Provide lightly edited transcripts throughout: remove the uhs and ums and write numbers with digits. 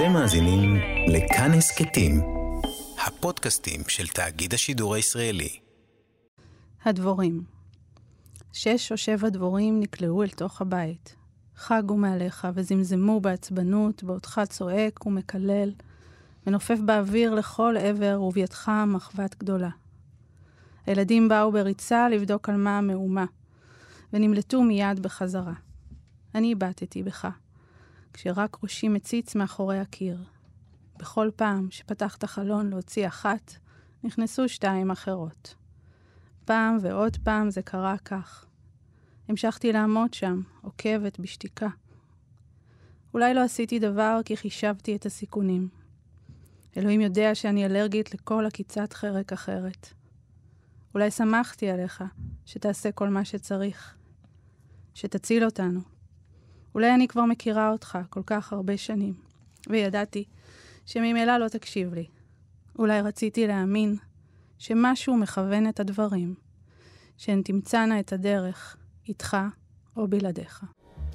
אתם מאזינים לכאן הסכתים, הפודקאסטים של תאגיד השידור הישראלי. הדבורים. 6 או 7 דבורים נקלעו אל תוך הבית. חגו מעליך וזמזמו בעצבנות, בעודך צועק ומקלל, מנופף באוויר לכל עבר ובידך מחבת גדולה. הילדים באו בריצה לבדוק על מה המאומה, ונמלטו מיד בחזרה. אני איבדתי בך, כשרק ראשי מציץ מאחורי הקיר. בכל פעם שפתחת חלון להוציא אחת, נכנסו 2 אחרות. פעם ועוד פעם זה קרה כך. המשכתי לעמוד שם, עוקבת בשתיקה. אולי לא עשיתי דבר כי חישבתי את הסיכונים. אלוהים יודע שאני אלרגית לכל עקיצת חרק אחרת. אולי שמחתי עליך שתעשה כל מה שצריך. שתציל אותנו. אולי אני כבר מכירה אותך כל כך הרבה שנים, וידעתי שממילא לא תקשיב לי. אולי רציתי להאמין שמשהו מכוון את הדברים, שהן תמצאנה את הדרך, איתך או בלעדיך.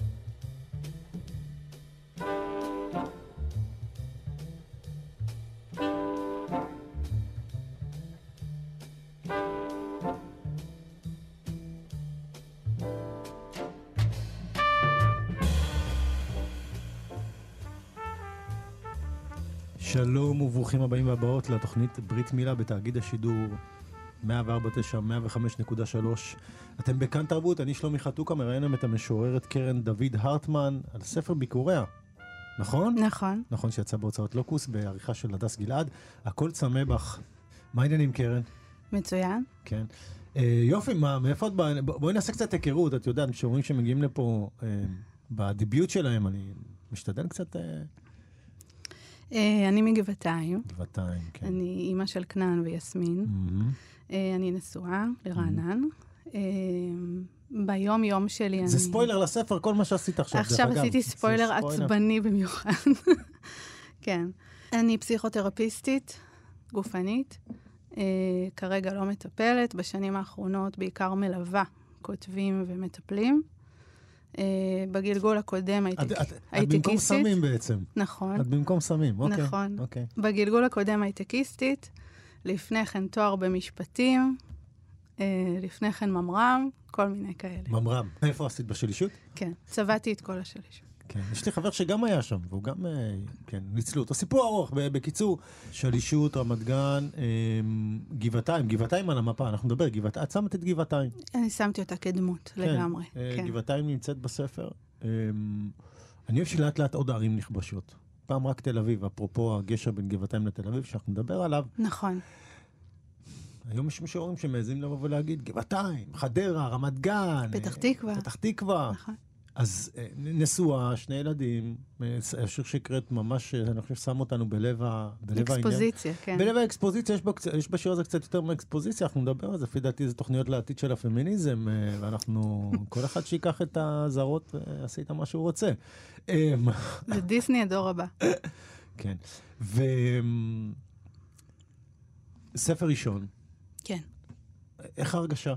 שלום וברוכים הבאים והבאות לתוכנית ברית מילה בתאגיד השידור 104.9, 105.3. אתם בכאן תרבות, אני שלומי חתוקה, מראיינים את המשוררת קרן דוד הרטמן על ספר ביקוריה. נכון? נכון. נכון, שיצא בהוצאות לוקוס בעריכה של הדס גלעד. הכל צמא בך. מה העניינים, קרן? מצוין. כן. יופי, מאיפה את באה? בואי נעשה קצת היכרות. את יודעת, שאומרים שמגיעים לפה בדיביוט שלהם, אני משתדל קצת... אני מגבעתיים. גבעתיים, כן. אני אימא של כנען ויסמין. אני נשואה לרענן. ביום יום שלי אני... זה ספוילר לספר, כל מה שעשית עכשיו. עכשיו עשיתי ספוילר עצבני במיוחד. כן. אני פסיכותרפיסטית, גופנית. כרגע לא מטפלת. בשנים האחרונות בעיקר מלווה, כותבים ומטפלים. בגלגול הקודם הייתי קיסית. את במקום סמים בעצם. נכון. את במקום סמים, אוקיי. נכון. בגלגול הקודם הייתי קיסטית, לפני כן תואר במשפטים, לפני כן ממר"ם, כל מיני כאלה. ממר"ם. איפה עשית? בשלישות? כן, צבעתי את כל השלישות. כן, יש לי חבר שגם היה שם, והוא גם, כן, ניצלו אותו. סיפור ארוך, בקיצור, שלישות, רמת גן, גבעתיים, גבעתיים על המפה, אנחנו נדבר, גבעתיים, את שמת את גבעתיים. אני שמתי אותה כדמות, לגמרי. כן, גבעתיים נמצאת בספר. אני אוהב שלאט לאט עוד ערים נכבשות. פעם רק תל אביב, אפרופו הגשר בין גבעתיים לתל אביב, שאנחנו נדבר עליו. נכון. היום יש משוררים שמעזים לבוא ולהגיד, גבעתיים, חדרה, רמת גן. פתח תקווה. פתח תקווה. נכון. אז נשואה, 2 ילדים, השיר שקראת ממש, אני חושב שם אותנו בלב העניין. אקספוזיציה, כן. בלב האקספוזיציה, יש בשיר הזה קצת יותר מאקספוזיציה, אנחנו נדבר על זה, לפי דעתי זה תוכניות לעתיד של הפמיניזם, ואנחנו, כל אחד שיקח את הזרות ועשה איתה מה שהוא רוצה. זה דיסני הדור הבא. כן. ספר ראשון. כן. איך ההרגשה?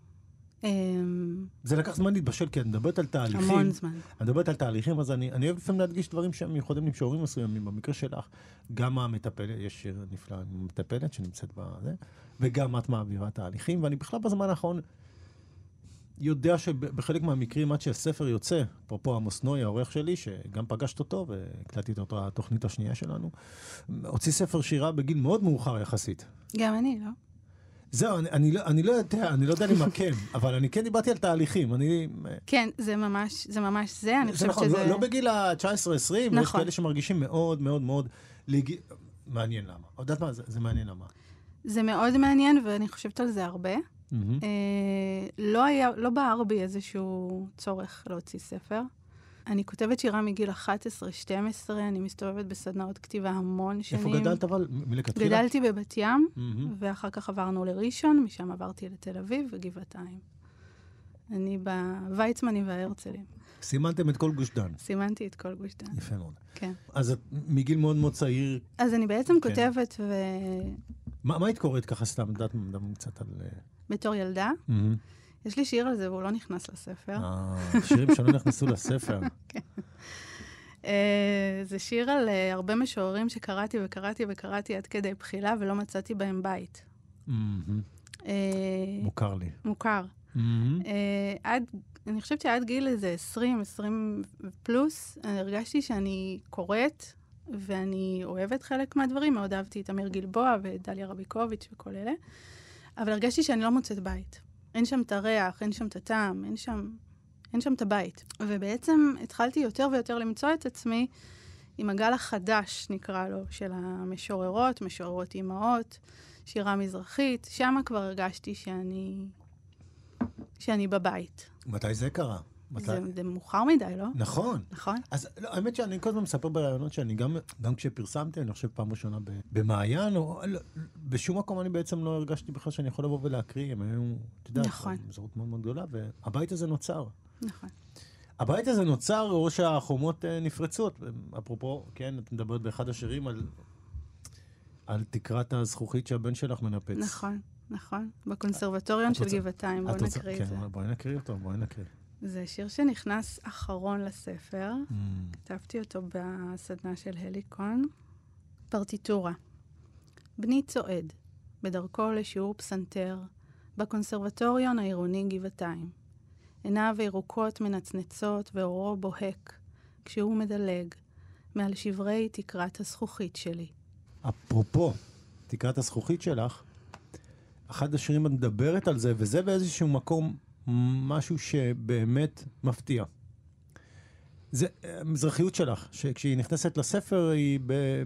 זה לקח זמן להתבשל, כי אני מדברת על תהליכים. המון זמן. אני מדברת על תהליכים, אז אני אוהב לפעמים להדגיש דברים שהם מיוחדים למשוררים מסוימים. במקרה שלך, גם המטפלת, יש שיר נפלא עם המטפלת שנמצאת בזה, וגם את מעבירה תהליכים, ואני בכלל בזמן האחרון יודע שבחלק מהמקרים, עד שהספר יוצא, אפרופו עמוס נוי, העורך שלי, שגם פגשת אותו, והקלטתי אותו התוכנית השנייה שלנו, הוציא ספר שירה בגיל מאוד מאוחר יחסית. גם אני, לא? זהו, אני לא יודע למקם, אבל אני כן דיברתי על תהליכים. כן, זה ממש זה, אני חושבת נכון, שזה... לא בגיל ה-19-20, נכון. יש כאלה שמרגישים מאוד מאוד מאוד... מעניין למה. יודעת מה? זה מעניין למה. זה מאוד מעניין, ואני חושבת על זה הרבה. לא בער בי איזשהו צורך להוציא ספר. אני כותבת שירה מגיל 11-12, אני מסתובבת בסדנאות כתיבה המון שנים. איפה גדלת אבל? מלכתחילה? גדלתי בבת ים, ואחר כך עברנו לראשון, משם עברתי לתל אביב וגבעתיים. אני בוויצמנים וההרצלים. סימנתם את כל גוש דן. סימנתי את כל גוש דן. יפה מאוד. כן. אז את מגיל מאוד מאוד צעיר... אז אני בעצם כותבת מה היית קוראת ככה סתם? דעת קצת על... בתור ילדה? יש לי שיר על זה, והוא לא נכנס לספר. שירים שלא נכנסו לספר. כן. זה שיר על הרבה משוררים שקראתי וקראתי וקראתי עד כדי בחילה, ולא מצאתי בהם בית. מוכר לי. מוכר. אני חושבת שעד גיל איזה 20 פלוס, הרגשתי שאני קוראת, ואני אוהבת חלק מהדברים, מאוד אהבתי את אמיר גלבוע ודליה רביקוביץ' וכל אלה, אבל הרגשתי שאני לא מוצאת בית. אין שם את הריח, אין שם את הטעם, אין שם את הבית. ובעצם התחלתי יותר ויותר למצוא את עצמי עם הגל החדש, נקרא לו, של המשוררות, משוררות אימהות, שירה מזרחית. שם כבר הרגשתי שאני בבית. מתי זה קרה? זה מאוחר מדי, לא? נכון. נכון. אז לא, האמת שאני כל הזמן מספר ברעיונות שאני גם כשפרסמתי, אני חושב פעם ראשונה במעיין, או בשום מקום אני בעצם לא הרגשתי בכלל שאני יכול לבוא ולהקריא, הם היו, אתה יודע, נכון. מזרות מאוד מאוד גדולה, והבית הזה נוצר. נכון. הבית הזה נוצר, או שהחומות נפרצות. אפרופו, כן, את מדברת באחד השירים על תקרת הזכוכית שהבן שלך מנפץ. נכון, נכון. בקונסרבטוריון של גבעתיים, בואי נקריא את זה. כן, בואי נקריא אותו, בואי נקריא. זה שיר שנכנס אחרון לספר. כתבתי אותו בסדנה של הליקון. פרטיטורה. בני צועד, בדרכו לשיעור פסנתר, בקונסרבטוריון העירוני גבעתיים. עיניו הירוקות מנצנצות ואורו בוהק, כשהוא מדלג, מעל שברי תקרת הזכוכית שלי. אפרופו, תקרת הזכוכית שלך, אחד השירים מדברת על זה, וזה באיזשהו מקום משהו שבאמת מפתיע. זה המזרחיות שלך, שכשהיא נכנסת לספר היא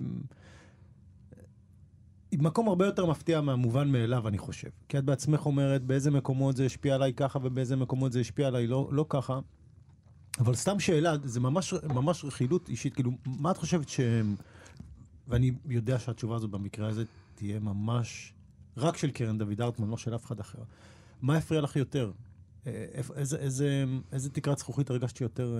במקום הרבה יותר מפתיע מהמובן מאליו, אני חושב. כי את בעצמך אומרת באיזה מקומות זה השפיע עליי ככה, ובאיזה מקומות זה השפיע עליי לא ככה. אבל סתם שאלה, זה ממש רכילות אישית, כאילו, מה את חושבת ואני יודע שהתשובה הזאת במקרה הזה תהיה ממש רק של קרן דוד ארטמן, לא של אף אחד אחר. מה הפריע לך יותר? איזה תקרת זכוכית הרגשת יותר?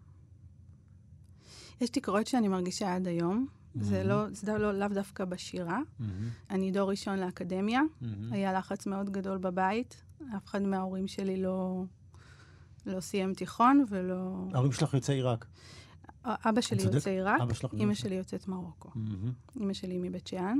יש תקרות שאני מרגישה עד היום. זה לאו דווקא בשירה. אני דור ראשון לאקדמיה. היה לחץ מאוד גדול בבית. אף אחד מההורים שלי לא סיים תיכון ולא... ההורים שלך יוצא עיראק. אבא שלי יוצא עיראק. אמא שלי יוצאת מרוקו. אמא שלי מבית שאן.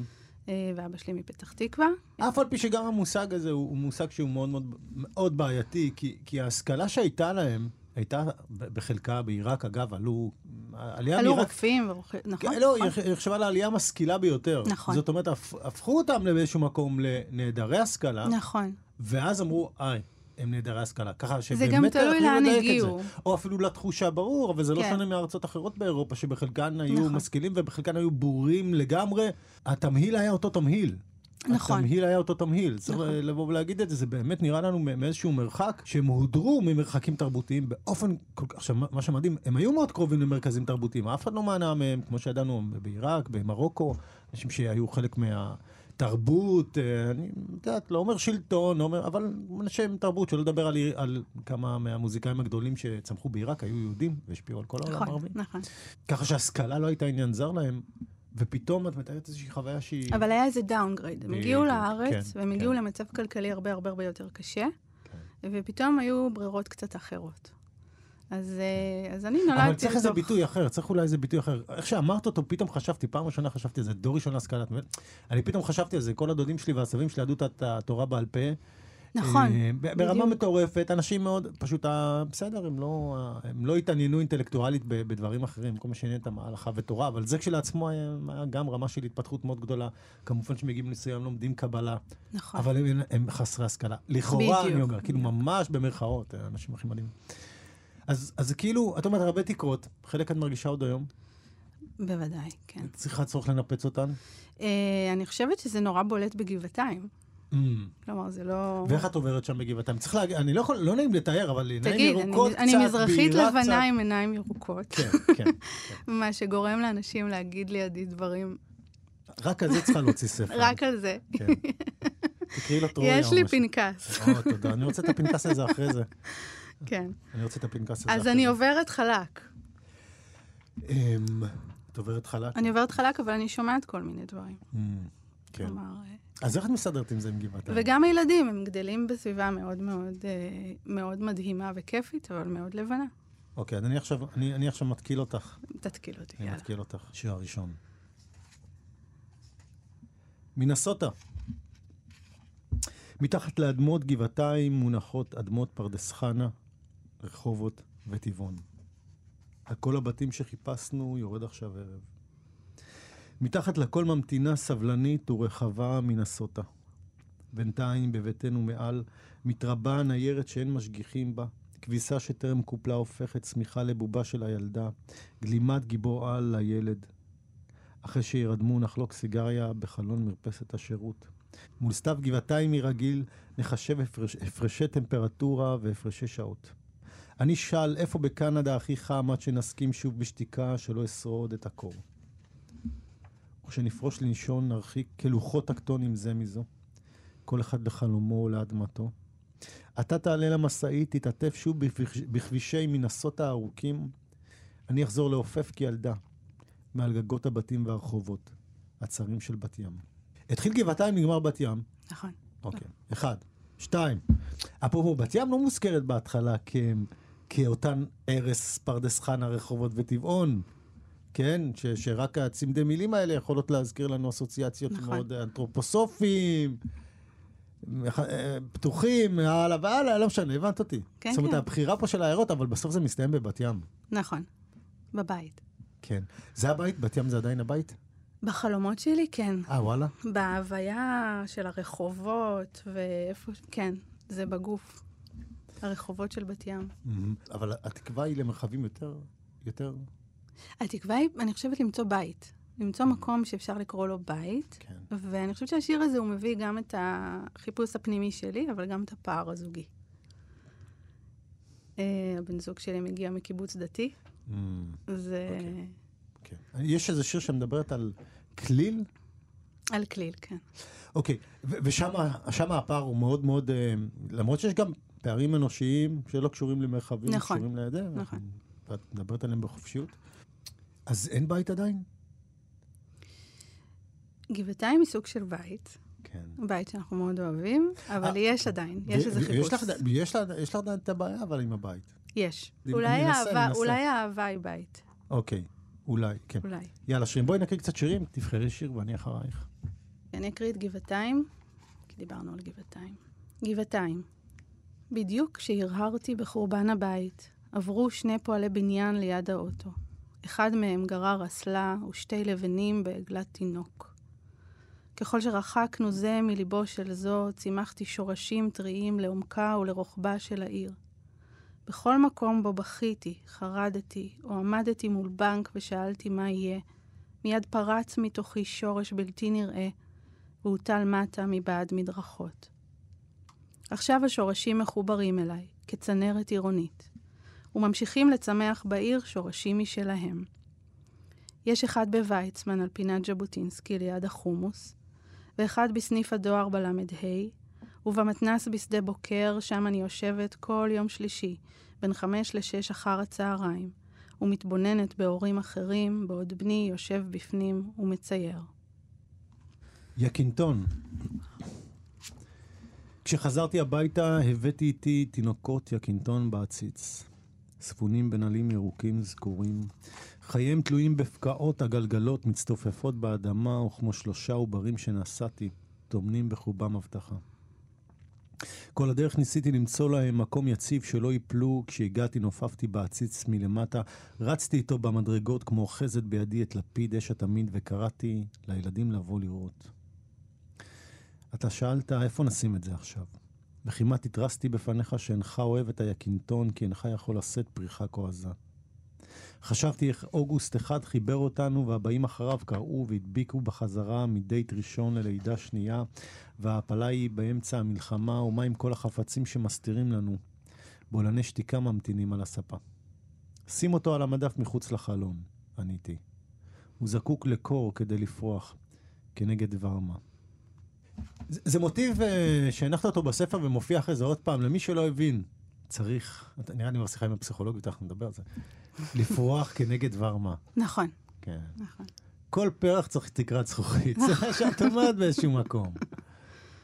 ואבא שלי מפתח תקווה. אף על פי שגם המושג הזה הוא מושג שהוא מאוד מאוד מאוד בעייתי, כי ההשכלה שהייתה להם, הייתה בחלקה בעיראק, אגב, עלו רופאים, נכון? לא, היא חשבה לעלייה משכילה ביותר. נכון. זאת אומרת, הפכו אותם באיזשהו מקום לנעדרי השכלה. נכון. ואז אמרו, הם נעדרי השכלה. ככה זה גם תלוי לאן הגיעו. או אפילו לתחושה ברור, אבל זה לא שונה מארצות אחרות באירופה, שבחלקן היו משכילים ובחלקן היו בורים לגמרי. התמהיל היה אותו תמהיל. נכון. התמהיל היה אותו תמהיל. צריך לבוא ולהגיד את זה, זה באמת נראה לנו מאיזשהו מרחק, שהם הודרו ממרחקים תרבותיים באופן כל כך... עכשיו, מה שמדהים, הם היו מאוד קרובים למרכזים תרבותיים. אף אחד לא מנע מהם, כמו שידענו בעיראק, במרוקו, אנשים שהיו חלק תרבות, אני יודעת, לא אומר שלטון, אבל אנשים תרבות, שלא לדבר על כמה מהמוזיקאים הגדולים שצמחו בעיראק, היו יהודים והשפיעו על כל העולם הערבי. נכון. ככה שההשכלה לא הייתה עניין זר להם, ופתאום את מתארת איזושהי חוויה שהיא... אבל היה איזה דאונגרייד. הם הגיעו לארץ, והם הגיעו למצב כלכלי הרבה הרבה הרבה יותר קשה, ופתאום היו ברירות קצת אחרות. אז אני נולדתי... אבל צריך איזה ביטוי אחר, צריך אולי איזה ביטוי אחר. איך שאמרת אותו, פתאום חשבתי, פעם ראשונה חשבתי על זה, דור ראשון להשכלה. אני פתאום חשבתי על זה, כל הדודים שלי והסבים שלי ידעו את התורה בעל פה. נכון. ברמה מטורפת, אנשים מאוד, פשוט, בסדר, הם לא התעניינו אינטלקטואלית בדברים אחרים, כל מה שעניין את ההלכה ותורה, אבל זה כשלעצמו היה גם רמה של התפתחות מאוד גדולה. כמובן שמגיעים לניסיון, לומדים קבלה. נכון. אבל הם חסרי השכלה. לכאורה, אני אומר, כאילו ממש במרכאות, אנשים הכי מדהים. אז זה כאילו, את אומרת, הרבה תקרות, חלק את מרגישה עוד היום? בוודאי, כן. צריכה צורך לנפץ אותן? אני חושבת שזה נורא בולט בגבעתיים. כלומר, זה לא... ואיך את עוברת שם בגבעתיים? צריך להגיד, אני לא יכול, לא נעים לתאר, אבל עיניים ירוקות קצת, אני מזרחית לבנה עם עיניים ירוקות. כן, כן. מה שגורם לאנשים להגיד לידי דברים... רק על זה צריכה להוציא ספר. רק על זה. כן. תקראי לו טרויה. יש לי פנקס. תודה, אני רוצה את הפנקס הזה אחרי זה. כן. אני רוצה את הפנקס הזה. אז אני עוברת חלק. את עוברת חלק? אני עוברת חלק, אבל אני שומעת כל מיני דברים. כן. אז איך את מסדרת עם זה עם גבעתיים? וגם הילדים, הם גדלים בסביבה מאוד מאוד מאוד מדהימה וכיפית, אבל מאוד לבנה. אוקיי, אז אני עכשיו מתקיל אותך. תתקיל אותי, אני יאללה. מתקיל אותך. שיר הראשון. מינסוטה. מתחת לאדמות גבעתיים מונחות אדמות פרדס חנה, רחובות וטבעון. על כל הבתים שחיפשנו יורד עכשיו ערב. מתחת לכל ממתינה סבלנית ורחבה מינסוטה. בינתיים בביתנו מעל מתרבה ניירת שאין משגיחים בה, כביסה שטרם קופלה הופכת צמיחה לבובה של הילדה, גלימת גיבור על לילד. אחרי שירדמו נחלוק סיגריה בחלון מרפסת השירות. מול סתיו גבעתיים מרגיל נחשב הפרשי טמפרטורה והפרשי שעות. אני שאל איפה בקנדה הכי חם עד שנסכים שוב בשתיקה שלא אשרוד את הקור. וכשנפרוש לנשון נרחיק כלוחות טקטונים זה מזו. כל אחד לחלומו ולאדמתו. אתה תעלה למסעית, תתעטף שוב בכבישי מינסוטה הארוכים. אני אחזור לעופף כילדה, מעל גגות הבתים והרחובות, הצרים של בת ים. התחיל גבעתיים, נגמר בת ים. נכון. אוקיי. 1. 2. אפרופו, בת ים לא מוזכרת בהתחלה כאותן ערס, פרדס חנה, רחובות וטבעון. כן? שרק הצמדי מילים האלה יכולות להזכיר לנו אסוציאציות מאוד אנתרופוסופיים, פתוחים, הלאה והלאה, לא משנה, הבנת אותי. כן, זאת אומרת, כן. הבחירה פה של העיירות, אבל בסוף זה מסתיים בבת ים. נכון. בבית. כן. זה הבית? בת ים זה עדיין הבית? בחלומות שלי, כן. וואלה? בהוויה של הרחובות ואיפה... כן, זה בגוף. הרחובות של בת ים. אבל התקווה היא למרחבים יותר... התקווה היא, אני חושבת, למצוא בית. למצוא מקום שאפשר לקרוא לו בית. כן. ואני חושבת שהשיר הזה הוא מביא גם את החיפוש הפנימי שלי, אבל גם את הפער הזוגי. הבן זוג שלי מגיע מקיבוץ דתי. זה... כן. יש איזה שיר שמדברת על כליל? על כליל, כן. אוקיי, ושם הפער הוא מאוד מאוד, למרות שיש גם פערים אנושיים שלא קשורים למרחבים, נכון. קשורים לידי, נכון. ואת מדברת עליהם בחופשיות. אז אין בית עדיין? גבעתיים היא סוג של בית. כן. בית שאנחנו מאוד אוהבים, אבל יש עדיין, יש איזה חיפוש. יש לך עדיין את הבעיה, אבל עם הבית. יש. ננסה. אולי האהבה היא בית. אוקיי, אולי, כן. אולי. יאללה, שירים. בואי נקריא קצת שירים, תבחרי שיר ואני אחרייך. אני אקריא את גבעתיים, כי דיברנו על גבעתיים. גבעתיים. בדיוק כשהרהרתי בחורבן הבית, עברו 2 פועלי בניין ליד האוטו. אחד מהם גרר אסלה ושתי לבנים בעגלת תינוק. ככל שרחקנו זה מליבו של זו, צימחתי שורשים טריים לעומקה ולרוחבה של העיר. בכל מקום בו בכיתי, חרדתי, או עמדתי מול בנק ושאלתי מה יהיה, מיד פרץ מתוכי שורש בלתי נראה, והוטל מטה מבעד מדרכות. עכשיו השורשים מחוברים אליי, כצנרת עירונית, וממשיכים לצמח בעיר שורשים משלהם. יש אחד בוויצמן על פינת ז'בוטינסקי ליד החומוס, ואחד בסניף הדואר בלמד ה', ובמתנס בשדה בוקר, שם אני יושבת כל יום שלישי, בין 5 ל-6 אחר הצהריים, ומתבוננת בהורים אחרים, בעוד בני יושב בפנים ומצייר. יקינטון. כשחזרתי הביתה, הבאתי איתי תינוקות יקינטון בעציץ. ספונים בנעלים ירוקים זכורים. חייהם תלויים בפקעות הגלגלות מצטופפות באדמה, וכמו 3 עוברים שנשאתי, טומנים בחובם הבטחה. כל הדרך ניסיתי למצוא להם מקום יציב שלא ייפלו. כשהגעתי נופפתי בעציץ מלמטה, רצתי איתו במדרגות כמו אוחזת בידי את לפיד אש התמיד, וקראתי לילדים לבוא לראות. אתה שאלת איפה נשים את זה עכשיו, וכמעט התרסתי בפניך שאינך אוהב את היקינטון, כי אינך יכול לשאת פריחה כה עזה. חשבתי איך אוגוסט אחד חיבר אותנו, והבאים אחריו קראו והדביקו בחזרה מדייט ראשון ללידה שנייה, וההפלה היא באמצע המלחמה, ומה עם כל החפצים שמסתירים לנו? בולני שתיקה ממתינים על הספה. שים אותו על המדף מחוץ לחלון, עניתי. הוא זקוק לקור כדי לפרוח, כנגד דבר מה. זה מוטיב שהנחת אותו בספר ומופיע אחרי זה עוד פעם, למי שלא הבין, צריך, נראה לי מרשיחה עם הפסיכולוגית, אנחנו נדבר על זה, לפרוח כנגד דבר מה. נכון. כן. נכון. כל פרח צריך תקרת זכוכית, זה מה שאת אומרת באיזשהו מקום.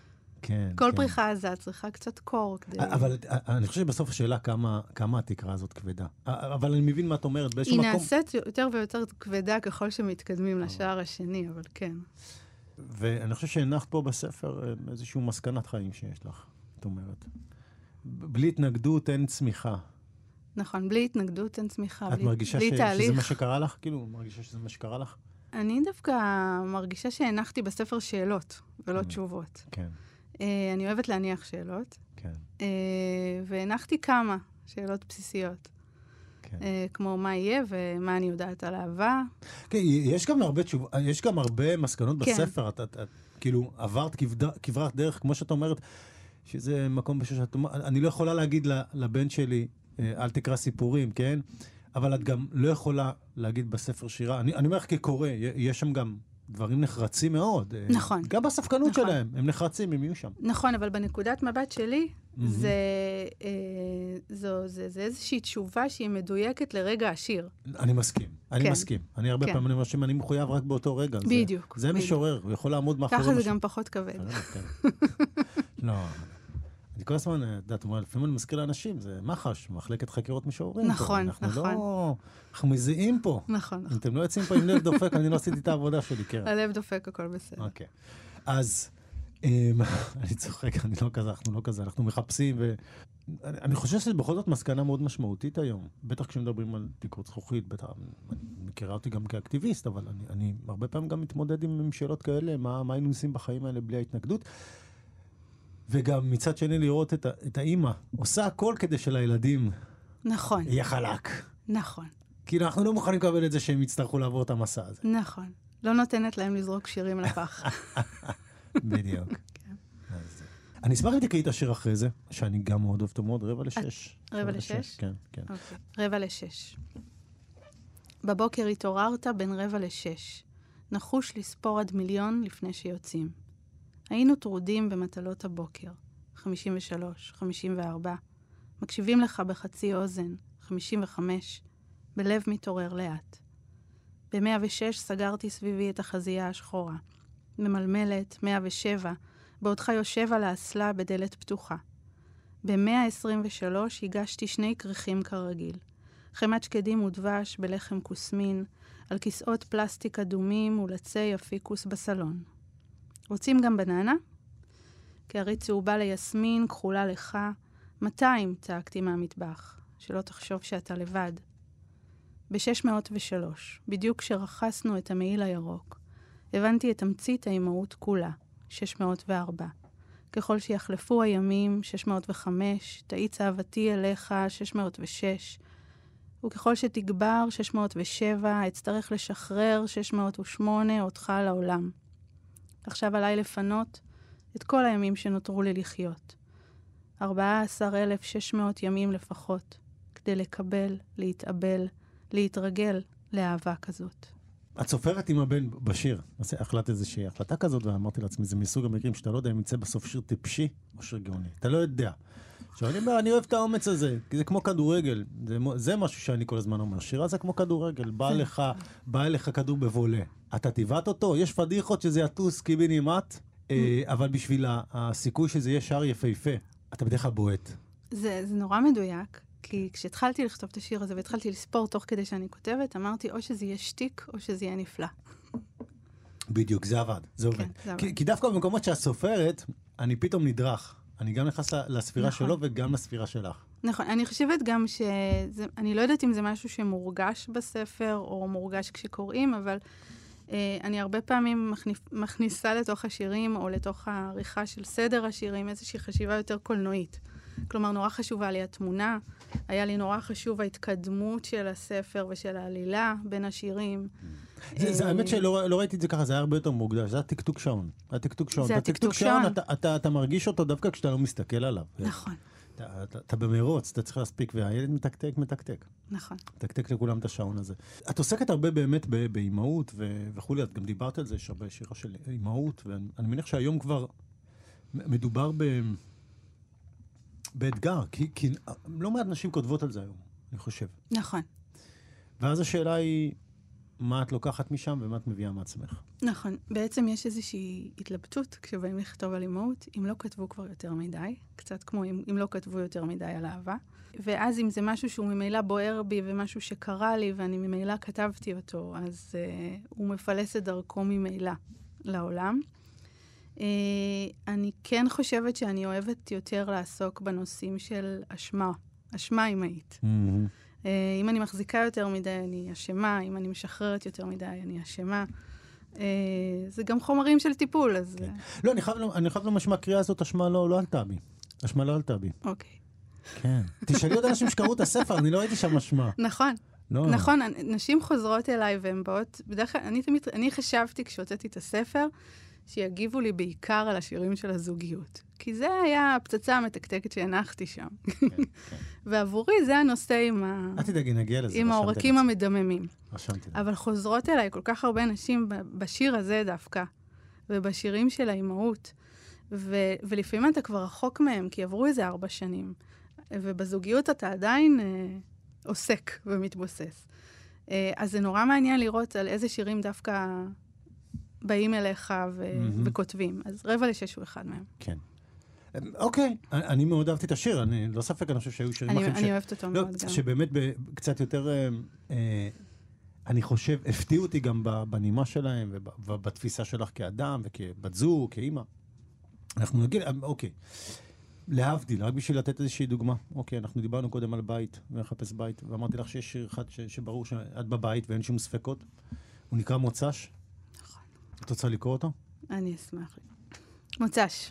כן. כל כן. פריחה עזה צריכה קצת קור כדי... אבל אני חושב שבסוף השאלה כמה התקרה הזאת כבדה. אבל אני מבין מה את אומרת. באיזשהו היא מקום... נעשית יותר ויותר כבדה ככל שמתקדמים לשער השני, אבל כן. ואני חושב שהנחת פה בספר איזשהו מסקנת חיים שיש לך, את אומרת. בלי התנגדות אין צמיחה. נכון, בלי התנגדות אין צמיחה, את מרגישה בלי תהליך. שזה מה שקרה לך? כאילו, מרגישה שזה מה שקרה לך? אני דווקא מרגישה שהנחתי בספר שאלות ולא תשובות. כן. אני אוהבת להניח שאלות. כן. והנחתי כמה שאלות בסיסיות. כן. כמו מה יהיה ומה אני יודעת על אהבה. כן, יש גם הרבה מסקנות בספר. את כאילו עברת כברת דרך, כמו שאת אומרת, שזה מקום שאת אומרת, אני לא יכולה להגיד לבן שלי, אל תקרא סיפורים, כן? אבל את גם לא יכולה להגיד בספר שירה, אני אומר לך כקורא, יש שם גם דברים נחרצים מאוד. נכון. גם בספקנות שלהם, הם נחרצים, הם יהיו שם. נכון, אבל בנקודת מבט שלי, זה איזושהי תשובה שהיא מדויקת לרגע השיר. אני מסכים, אני מסכים. אני הרבה פעמים אומר שאני מחויב רק באותו רגע. בדיוק. זה משורר, הוא יכול לעמוד מאחורי... ככה זה גם פחות כבד. לא, אני כל הזמן, יודעת, לפעמים אני מזכיר לאנשים, זה מח"ש, מחלקת חקירות משוררים. נכון, נכון. אנחנו מזיעים פה. נכון. אם אתם לא יוצאים פה עם לב דופק, אני לא עשיתי את העבודה שלי, קרן. הלב דופק, הכל בסדר. אוקיי. אז, אני צוחק, אנחנו לא כזה, אנחנו מחפשים, ואני חושב שזה בכל זאת מסקנה מאוד משמעותית היום. בטח כשמדברים על ביקורת זכוכית, בטח, אני מכירה אותי גם כאקטיביסט, אבל אני הרבה פעמים גם מתמודד עם שאלות כאלה, מה היינו עושים בחיים האלה בלי ההתנגדות. וגם מצד שני לראות את האמא, עושה הכל כדי שלילדים נכון. יהיה חלק. נכון. כי אנחנו לא מוכנים לקבל את זה שהם יצטרכו לעבור את המסע הזה. נכון. לא נותנת להם לזרוק שירים לפח. בדיוק. אני אשמח אם תקראי את השיר אחרי זה, שאני גם מאוד אוהב אותו מאוד, 5:45. 5:45? כן, כן. 5:45. בבוקר התעוררת בין 5:45. נחוש לספור עד 1,000,000 לפני שיוצאים. היינו טרודים במטלות הבוקר, 53, 54. מקשיבים לך בחצי אוזן, 55. בלב מתעורר לאט. ב-106 סגרתי סביבי את החזייה השחורה. ממלמלת, 107, בעודך יושב על האסלה בדלת פתוחה. ב-123 הגשתי 2 כריכים כרגיל. חמת שקדים ודבש בלחם כוסמין, על כיסאות פלסטיק אדומים ולצי אפיקוס בסלון. רוצים גם בננה? קערית צהובה ליסמין, כחולה לך. 200, צעקתי מהמטבח. שלא תחשוב שאתה לבד. ב-603, בדיוק כשרחסנו את המעיל הירוק, הבנתי את תמצית האימהות כולה, 604. ככל שיחלפו הימים, 605, תאיץ אהבתי אליך, 606, וככל שתגבר, 607, אצטרך לשחרר, 608, אותך לעולם. עכשיו עליי לפנות את כל הימים שנותרו לי לחיות. 14,600 ימים לפחות, כדי לקבל, להתאבל, להתרגל לאהבה כזאת. את סופרת עם הבן בשיר. החלטתי איזושהי החלטה כזאת, ואמרתי לעצמי, זה מסוג המקרים שאתה לא יודע אם יצא בסוף שיר טיפשי או שיר גאוני. אתה לא יודע. עכשיו, אני אוהב את האומץ הזה, כי זה כמו כדורגל. זה משהו שאני כל הזמן אומר. שירה זה כמו כדורגל. בא אליך כדור בבולה. אתה תיבט אותו, יש פדיחות שזה יטוס קיבינימט, אבל בשביל הסיכוי שזה יהיה שער יפהפה, אתה בדרך כלל בועט. זה נורא מדויק, כי כשהתחלתי לכתוב את השיר הזה, והתחלתי לספור תוך כדי שאני כותבת, אמרתי, או שזה יהיה שטיק, או שזה יהיה נפלא. בדיוק, זה עבד, זה עובד. כי דווקא במקומות שהסופרת, אני פתאום נדרך. אני גם נכנס לספירה שלו וגם לספירה שלך. נכון, אני חושבת גם אני לא יודעת אם זה משהו שמורגש בספר, או מורגש כשקוראים, אבל אני הרבה פעמים מכניסה לתוך השירים, או לתוך העריכה של סדר השירים, איזושהי חשיבה יותר קולנועית. כלומר, נורא חשובה לי התמונה, היה לי נורא חשוב ההתקדמות של הספר ושל העלילה בין השירים. האמת שלא ראיתי את זה ככה, זה היה הרבה יותר מוקדש, זה התקתוק שעון. זה התקתוק שעון. אתה מרגיש אותו דווקא כשאתה לא מסתכל עליו. נכון. אתה במרוץ, אתה צריך להספיק, והילד מתקתק. נכון. מתקתק לכולם את השעון הזה. את עוסקת הרבה באמת באימהות וכולי, את גם דיברת על זה, יש הרבה שירה של אימהות, ואני מניח שהיום כבר מדובר באתגר, כי לא מעט נשים כותבות על זה היום, אני חושב. נכון. ואז השאלה היא, מה את לוקחת משם ומה את מביאה מעצמך. נכון. בעצם יש איזושהי התלבטות כשבאים לכתוב על אימהות, אם לא כתבו כבר יותר מדי, קצת כמו אם לא כתבו יותר מדי על אהבה. ואז אם זה משהו שהוא ממילא בוער בי ומשהו שקרה לי ואני ממילא כתבתי אותו, אז הוא מפלס את דרכו ממילא לעולם. אני כן חושבת שאני אוהבת יותר לעסוק בנושאים של אשמה אימהית. אם אני מחזיקה יותר מדי, אני אשמה, אם אני משחררת יותר מדי, אני אשמה. זה גם חומרים של טיפול, אז... לא, אני חייב לומר שמהקריאה הזאת, אשמה לא עלתה בי. אשמה לא עלתה בי. אוקיי. כן. תשאלי עוד אנשים שקראו את הספר, אני לא ראיתי שם אשמה. נכון. לא. נכון, נשים חוזרות אליי והן באות, בדרך כלל, אני חשבתי כשהוצאתי את הספר, שיגיבו לי בעיקר על השירים של הזוגיות. כי זה היה הפצצה המתקתקת שהנחתי שם. כן, כן. ועבורי זה הנושא עם העורקים המדממים. אבל חוזרות אליי כל כך הרבה נשים בשיר הזה דווקא, ובשירים של האימהות, ולפעמים אתה כבר רחוק מהם, כי עברו איזה 4 שנים. ובזוגיות אתה עדיין עוסק ומתבוסס. אז זה נורא מעניין לראות על איזה שירים דווקא באים אליך וכותבים. אז 5:45 הוא אחד מהם. כן. אוקיי, אני מאוד אהבתי את השיר, אני לא ספק, אני חושב שהיו שירים אחרים אני אוהבת אותו מאוד גם. שבאמת קצת יותר, אני חושב, הפתיעו אותי גם בנימה שלהם, ובתפיסה שלך כאדם, וכבת זוג, כאמא. אנחנו נגיד, אוקיי, להבדיל, רק בשביל לתת איזושהי דוגמה. אוקיי, אנחנו דיברנו קודם על בית, ולחפש בית, ואמרתי לך שיש שיר אחד שברור שאת בבית ואין שום ספקות. הוא נקרא מוצ"ש. נכון. את רוצה לקרוא אותו? אני אשמח. מוצ"ש.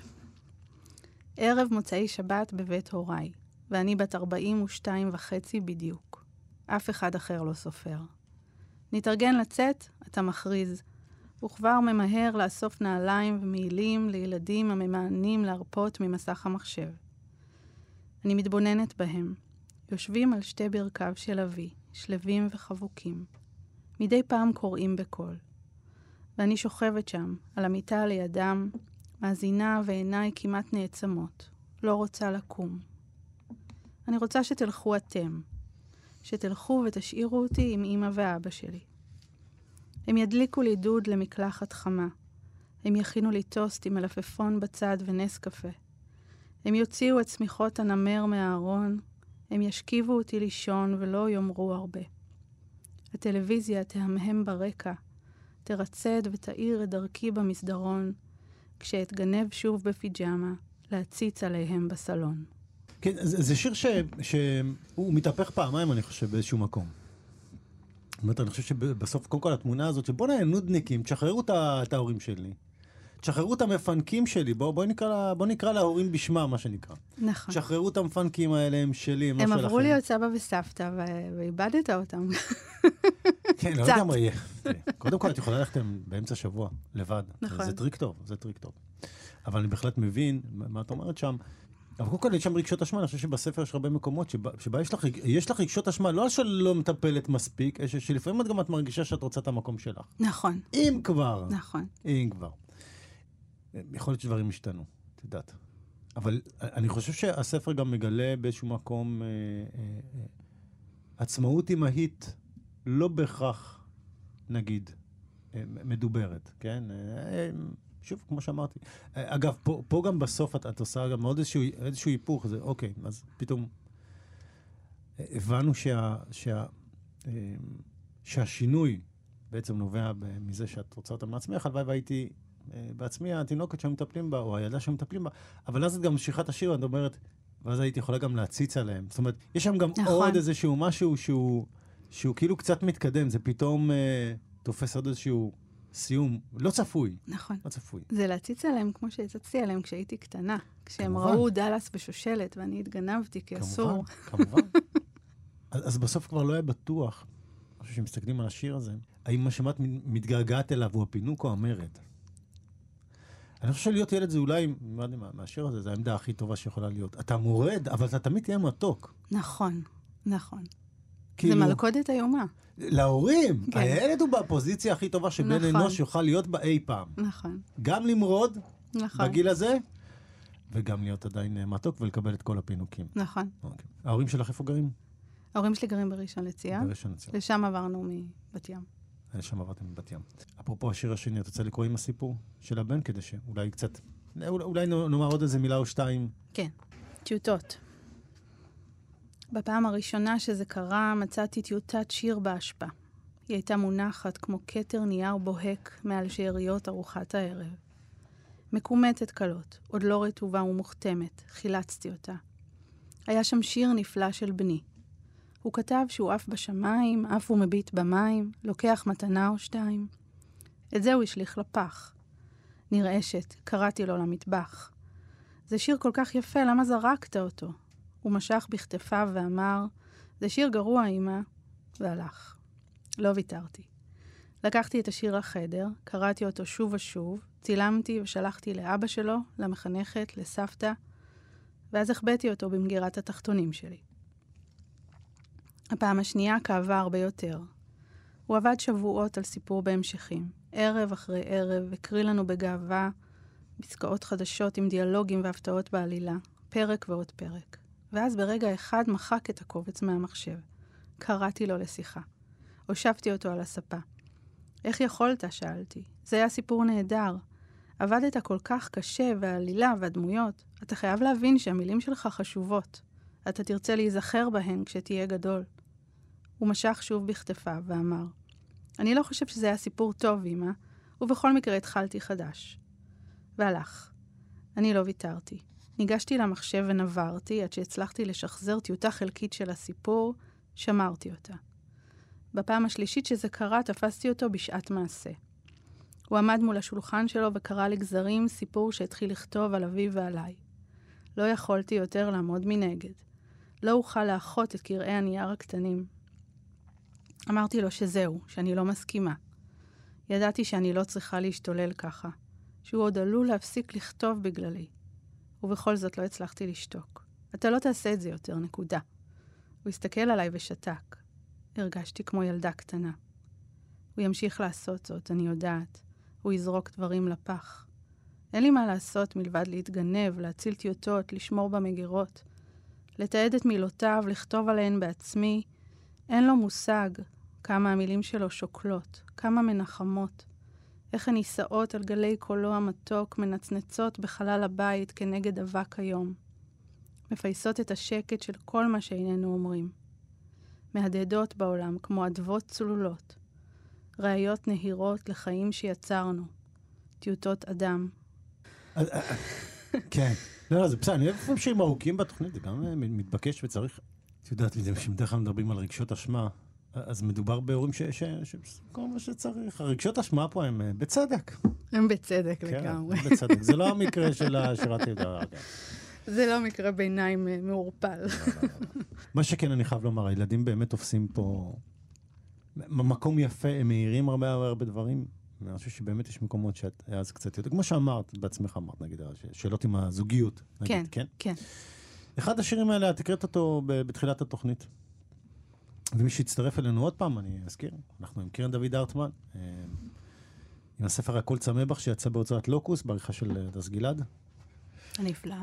ערב מוצאי שבת בבית הוריי, ואני בת 42.5 בדיוק. אף אחד אחר לא סופר. נתארגן לצאת, אתה מכריז, וכבר ממהר לאסוף נעליים ומעילים לילדים הממאנים להרפות ממסך המחשב. אני מתבוננת בהם, יושבים על 2 ברכיו של אבי, שלבים וחבוקים. מדי פעם קוראים בקול. ואני שוכבת שם, על המיטה לידם, מאזינה ועיניי כמעט נעצמות. לא רוצה לקום. אני רוצה שתלכו אתם. שתלכו ותשאירו אותי עם אמא ואבא שלי. הם ידליקו לי דוד למקלחת חמה. הם יכינו לי טוסט עם מלפפון בצד ונס קפה. הם יוציאו את צמיחות הנמר מהארון. הם ישכיבו אותי לישון ולא יאמרו הרבה. הטלוויזיה תהמהם ברקע. תרצד ותאיר את דרכי במסדרון. כשאתגנב שוב בפיג'מה, להציץ עליהם בסלון. כן, זה שיר שהוא מתהפך פעמיים, אני חושב, באיזשהו מקום. זאת אומרת, אני חושב שבסוף, קודם כל, התמונה הזאת, שבוא נודניקים, תשחררו את ההורים שלי. תשחררו את המפנקים שלי, בוא נקרא להורים בשמה, מה שנקרא. נכון. תשחררו את המפנקים האלה, הם שלי, הם לא שלכם. הם עברו להיות סבא וסבתא, ואיבדת אותם. כן, לא יודע מה יהיה. קודם כל, את יכולה ללכת באמצע שבוע, לבד. נכון. זה טריק טוב. אבל אני בהחלט מבין מה את אומרת שם. אבל קודם כל, יש שם רגשות אשמה, אני חושב שבספר יש הרבה מקומות שבה יש לך רגשות אשמה, לא שלא מטפלת מספיק, שלפעמים את גם את מרגישה שאת רוצה את המקום שלך. נכון. אם כבר. נכון. אם כבר. יכול להיות שדברים השתנו, את יודעת. אבל אני חושב שהספר גם מגלה באיזשהו מקום עצמאות אמהית לא בהכרח, נגיד, מדוברת, כן? שוב, כמו שאמרתי. אגב, פה גם בסוף את עושה גם עוד איזשהו היפוך, זה אוקיי, אז פתאום הבנו שהשינוי בעצם נובע מזה שאת רוצה אותה מעצמך, הלוואי והייתי בעצמי התינוקת שמטפלים בה, או הילדה שמטפלים בה, אבל אז את גם משיכת השיר, את אומרת, ואז הייתי יכולה גם להציץ עליהם. זאת אומרת, יש שם גם עוד איזשהו משהו שהוא כאילו קצת מתקדם, זה פתאום תופס עוד איזשהו סיום, לא צפוי. נכון. לא צפוי. זה להציץ עליהם כמו שהצצתי עליהם כשהייתי קטנה, כשהם ראו דלס בשושלת, ואני התגנבתי כאסור. כמובן. אז בסוף כבר לא היה בטוח, אני חושב שמסתכלים על השיר הזה, האם מה שמעת מתגעגעת אליו הוא הפינוק או המרד? אני חושב שלהיות ילד זה אולי, מהשיר הזה, זה העמדה הכי טובה שיכולה להיות. אתה מורד, אבל אתה תמיד תהיה מתוק. נכון, נכון. כאילו, זה מלכודת איומה. להורים, כן. הילד הוא בפוזיציה הכי טובה שבן נכון. אנוש יוכל להיות בה אי פעם. נכון. גם למרוד נכון. בגיל הזה, וגם להיות עדיין מתוק ולקבל את כל הפינוקים. נכון. אוקיי. ההורים שלך איפה גרים? ההורים שלי גרים בראשון לציון. בראשון לציון. לשם עברנו מבת ים. שם עברתם בבת ים. אפרופו השיר השני, אתה רוצה לקרוא עם הסיפור של הבן, כדי שאולי קצת, אולי נאמר עוד איזה מילה או שתיים. כן, טיוטות. בפעם הראשונה שזה קרה, מצאתי טיוטת שיר באשפה. היא הייתה מונחת כמו כתר נייר בוהק מעל שאריות ארוחת הערב. מקומטת קלות, עוד לא רטובה ומוכתמת, חילצתי אותה. היה שם שיר נפלא של בני. הוא כתב שהוא עף בשמיים, עף ומביט במים, לוקח מתנה או שתיים. את זה הוא השליך לפח. נרעשת, קראתי לו למטבח. זה שיר כל כך יפה, למה זרקת אותו? הוא משך בכתפיו ואמר, זה שיר גרוע, אמא, והלך. לא ויתרתי. לקחתי את השיר לחדר, קראתי אותו שוב ושוב, צילמתי ושלחתי לאבא שלו, למחנכת, לסבתא, ואז החבאתי אותו במגירת התחתונים שלי. הפעם השנייה כאבה הרבה יותר. הוא עבד שבועות על סיפור בהמשכים. ערב אחרי ערב, הקריא לנו בגאווה, פסקאות חדשות עם דיאלוגים והפתעות בעלילה, פרק ועוד פרק. ואז ברגע אחד מחק את הקובץ מהמחשב. קראתי לו לשיחה. הושבתי אותו על הספה. איך יכולת? שאלתי. זה היה סיפור נהדר. עבדת כל כך קשה, והעלילה והדמויות. אתה חייב להבין שהמילים שלך חשובות. אתה תרצה להיזכר בהן כשתהיה גדול. הוא משך שוב בכתפיו ואמר, אני לא חושב שזה היה סיפור טוב, אמא, ובכל מקרה התחלתי חדש. והלך. אני לא ויתרתי. ניגשתי למחשב ונברתי עד שהצלחתי לשחזר טיוטה חלקית של הסיפור, שמרתי אותה. בפעם השלישית שזה קרה, תפסתי אותו בשעת מעשה. הוא עמד מול השולחן שלו וקרא לגזרים סיפור שהתחיל לכתוב על אביו ועליי. לא יכולתי יותר לעמוד מנגד. לא אוכל לאחות את קרעי הנייר הקטנים. אמרתי לו שזהו, שאני לא מסכימה. ידעתי שאני לא צריכה להשתולל ככה, שהוא עוד עלול להפסיק לכתוב בגללי. ובכל זאת לא הצלחתי לשתוק. אתה לא תעשה את זה יותר, נקודה. הוא הסתכל עליי ושתק. הרגשתי כמו ילדה קטנה. הוא ימשיך לעשות זאת, אני יודעת. הוא יזרוק דברים לפח. אין לי מה לעשות מלבד להתגנב, להציל טיוטות, לשמור במגירות. לתעד את מילותיו, לכתוב עליהן בעצמי. אין לו מושג כמה המילים שלו שוקלות, כמה מנחמות. איך הן נישאות על גלי קולו המתוק, מנצנצות בחלל הבית כנגד אבק היום. מפייסות את השקט של כל מה שאיננו אומרים. מהדהדות בעולם כמו אדוות צלולות. ראיות נהירות לחיים שיצרנו. טיוטות אדם. כן. לא, זה בסדר. אני אוהב פעם שירים ארוכים בתוכנית, זה גם מתבקש וצריך. את יודעת, כשבדרך כלל מדברים על רגשות אשמה, אז מדובר בהורים כל מה שצריך. הרגשות אשמה פה הם בצדק. הם בצדק לגמרי. כן, בצדק. זה לא המקרה של השירת ידע. זה לא מקרה ביניים מעורפל. מה שכן אני חייב לומר, הילדים באמת תופסים פה מקום יפה, הם מהירים הרבה דברים. אני חושב שבאמת יש מקומות שאת אז קצת יותר, כמו שאמרת, בעצמך אמרת, נגיד, שאלות עם הזוגיות. נגיד, כן. עם השירים האלה, את הקראת אותו בתחילת התוכנית. ומי שהצטרף אלינו עוד פעם, אני אזכיר, אנחנו עם קרן דוד ארטמן, עם הספר הכל צמבח שיצא בהוצאת לוקוס, בעריכה של דס גלעד. נפלא.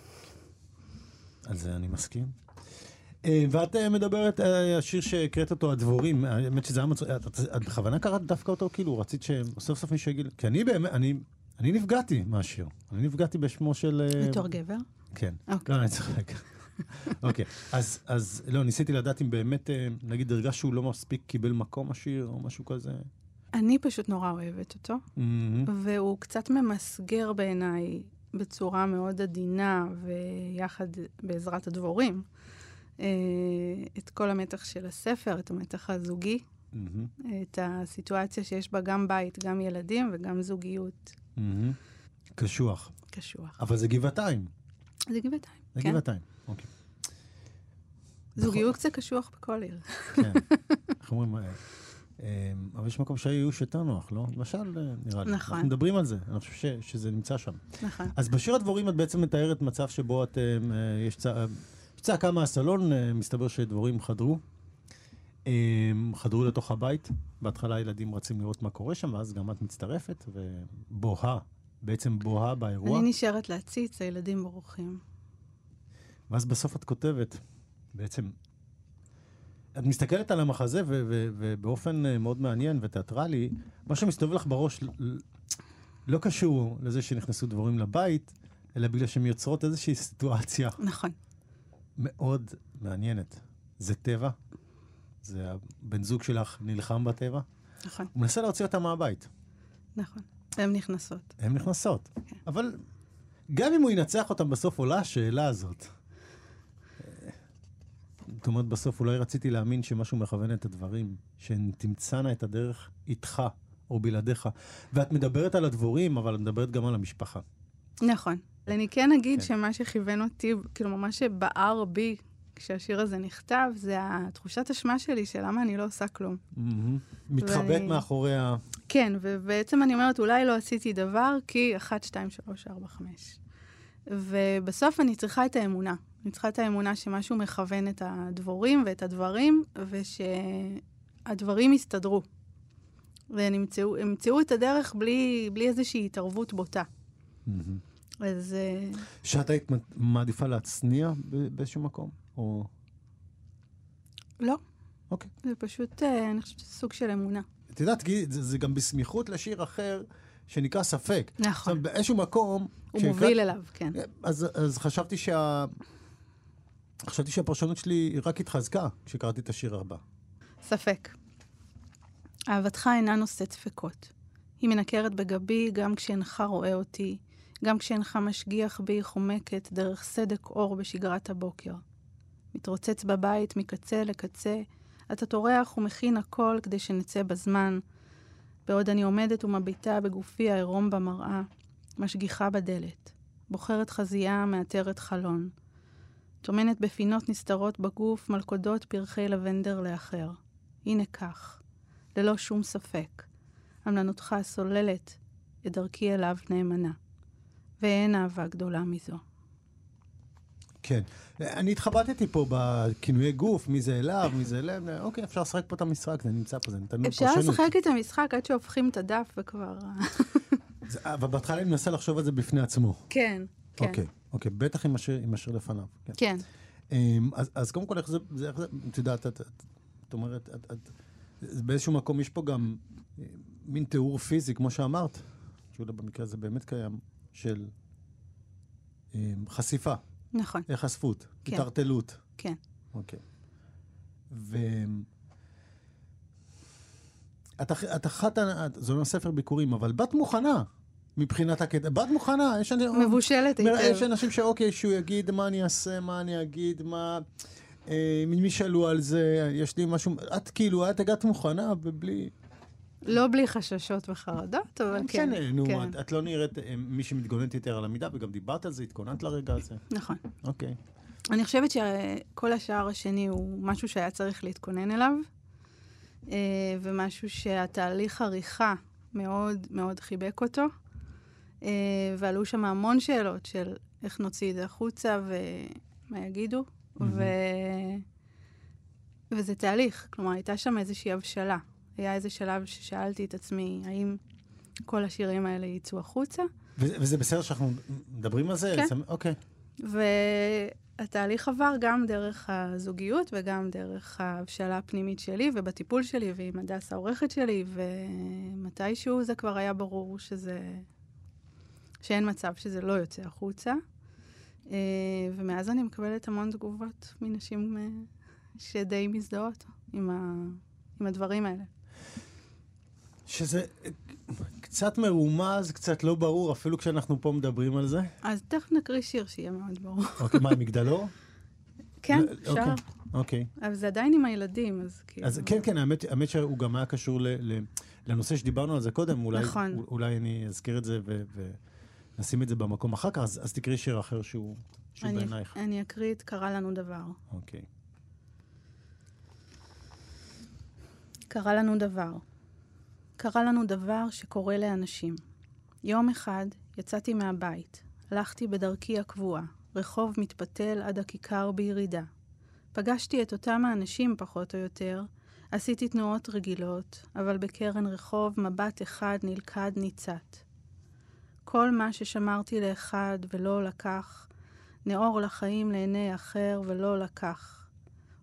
על זה אני מסכים. ואת מדברת, השיר שהקראת אותו, הדבורים, האמת שזה היה את בכוונה קראת דווקא אותו, כאילו, רצית שסוף סוף מישהו יגיד, כי אני באמת, אני נפגעתי מהשיר. אני נפגעתי בשמו של... בתור גבר? כן. לא, אני צריך להגיד. אוקיי, אז לא, ניסיתי לדעת אם באמת, נגיד, הרגש שהוא לא מספיק קיבל מקום השיר, או משהו כזה. אני פשוט נורא אוהבת אותו, והוא קצת ממסגר בעיניי בצורה מאוד עדינה, ויחד בעזרת הדבורים, את כל המתח של הספר, את המתח הזוגי, את הסיטואציה שיש בה גם בית, גם ילדים וגם זוגיות. קשוח. קשוח. אבל זה גבעתיים. זה גבעתיים, זה כן. גבעתיים, אוקיי. זוגיות קצת קשוח בכל עיר. כן. איך אומרים, אבל יש מקום שהיו יותר נוח, לא? למשל, נראה לי. נכון. אנחנו מדברים על זה, אני חושב שזה נמצא שם. נכון. אז בשיר הדבורים את בעצם מתארת מצב שבו יש צעקה מהסלון, מסתבר שדבורים חדרו לתוך הבית. בהתחלה הילדים רצים לראות מה קורה שם, ואז גם את מצטרפת ובוהה, בעצם בוהה באירוע. אני נשארת להציץ, הילדים בורחים. ואז בסוף את כותבת, בעצם, את מסתכלת על המחזה, ובאופן מאוד מעניין ותיאטרלי, מה שמסתובב לך בראש לא קשור לזה שנכנסו דבורים לבית, אלא בגלל שהן יוצרות איזושהי סיטואציה. נכון. מאוד מעניינת. זה טבע, זה הבן זוג שלך נלחם בטבע. נכון. הוא מנסה להוציא אותה מהבית. נכון. הן נכנסות. הן נכנסות. כן. אבל גם אם הוא ינצח אותם בסוף, עולה השאלה הזאת. זאת אומרת, בסוף אולי רציתי להאמין שמשהו מכוון את הדברים, שהן תמצאנה את הדרך איתך או בלעדיך. ואת מדברת על הדבורים, אבל את מדברת גם על המשפחה. נכון. אני כן אגיד שמה שכיוון אותי, כאילו ממש שבער בי, כשהשיר הזה נכתב, זה התחושת אשמה שלי של למה אני לא עושה כלום. מתחבאת מאחורי ה... כן, ובעצם אני אומרת, אולי לא עשיתי דבר, כי 1, 2, 3, 4, 5. ובסוף אני צריכה את האמונה. אני צריכה את האמונה שמשהו מכוון את הדבורים ואת הדברים, ושהדברים יסתדרו. והם ימצאו את הדרך בלי איזושהי התערבות בוטה. אז... שאת היית מעדיפה להצניע באיזשהו מקום? או... לא. אוקיי. זה פשוט, אני חושבת שזה סוג של אמונה. את יודעת, זה גם בסמיכות לשיר אחר, שנקרא ספק. נכון. באיזשהו מקום... הוא מוביל אליו, כן. אז חשבתי שהפרשנות שלי רק התחזקה כשקראתי את השיר הבא. ספק. אהבתך אינה נושאת ספקות. היא מנקרת בגבי גם כשאינך רואה אותי, גם כשאינך משגיח בי חומקת דרך סדק אור בשגרת הבוקר. מתרוצץ בבית מקצה לקצה, אתה טורח ומכין הכל כדי שנצא בזמן, בעוד אני עומדת ומביטה בגופי העירום במראה, משגיחה בדלת, בוחרת חזייה, מאתרת חלון, תומנת בפינות נסתרות בגוף מלכודות פרחי לבנדר לאחר. הנה כך, ללא שום ספק, עמלנותך סוללת את דרכי אליו נאמנה, ואין אהבה גדולה מזו. כן. אני התחבטתי פה בכינויי גוף, מי זה אליו, מי זה אליו. אוקיי, אפשר לשחק פה את המשחק, זה נמצא פה, זה נתנו אפשר לשחק את המשחק עד שהופכים את הדף וכבר... אבל בהתחלה אני מנסה לחשוב על זה בפני עצמו. כן, כן. אוקיי, בטח עם אשר לפניו. כן. אז קודם כל, איך זה, את יודעת, את אומרת, באיזשהו מקום יש פה גם מין תיאור פיזי, כמו שאמרת, שאולי במקרה הזה באמת קיים, של חשיפה. נכון. חשפות, כן. התערטלות. כן. אוקיי. את אחת, זה לא ספר ביקורים, אבל בת מוכנה, מבחינת הקטע. בת מוכנה, מבושלת היטב. יש אנשים שאוקיי, שהוא יגיד מה אני אעשה, מה אני אגיד, מה... מי שאלו על זה, יש לי משהו... את כאילו, את הגעת מוכנה ובלי... לא בלי חששות וחרדות, אבל כן. נו, את לא נראית מי שמתגוננת יותר על המידה, וגם דיברת על זה, התכוננת לרגע הזה. נכון. אוקיי. אני חושבת שכל השער השני הוא משהו שהיה צריך להתכונן אליו, ומשהו שהתהליך עריכה מאוד מאוד חיבק אותו, ועלו שם המון שאלות של איך נוציא את זה החוצה ומה יגידו, וזה תהליך, כלומר הייתה שם איזושהי הבשלה. היה איזה שלב ששאלתי את עצמי, האם כל השירים האלה ייצאו החוצה? וזה בסדר שאנחנו מדברים על זה? כן. אוקיי. והתהליך עבר גם דרך הזוגיות וגם דרך ההבשלה הפנימית שלי ובטיפול שלי ועם הדס העורכת שלי, ומתישהו זה כבר היה ברור שאין מצב שזה לא יוצא החוצה. ומאז אני מקבלת המון תגובות מנשים שדי מזדהות עם הדברים האלה. שזה קצת מרומז, קצת לא ברור, אפילו כשאנחנו פה מדברים על זה. אז תכף נקריא שיר שיהיה מאוד ברור. אוקיי, מה, מגדלור? כן, אפשר. אוקיי. אבל זה עדיין עם הילדים, אז כאילו... אז כן, האמת שהוא היה קשור לנושא שדיברנו על זה קודם, נכון. אולי אני אזכיר את זה ונשים את זה במקום אחר כך, אז תקריא שיר אחר שהוא בעינייך. אני אקריא את קרה לנו דבר. אוקיי. קרה לנו דבר. קרה לנו דבר שקורה לאנשים. יום אחד יצאתי מהבית, הלכתי בדרכי הקבועה, רחוב מתפתל עד הכיכר בירידה. פגשתי את אותם האנשים פחות או יותר, עשיתי תנועות רגילות, אבל בקרן רחוב מבט אחד נלכד ניצת. כל מה ששמרתי לאחד ולא לקח, נאור לחיים לעיני אחר ולא לקח.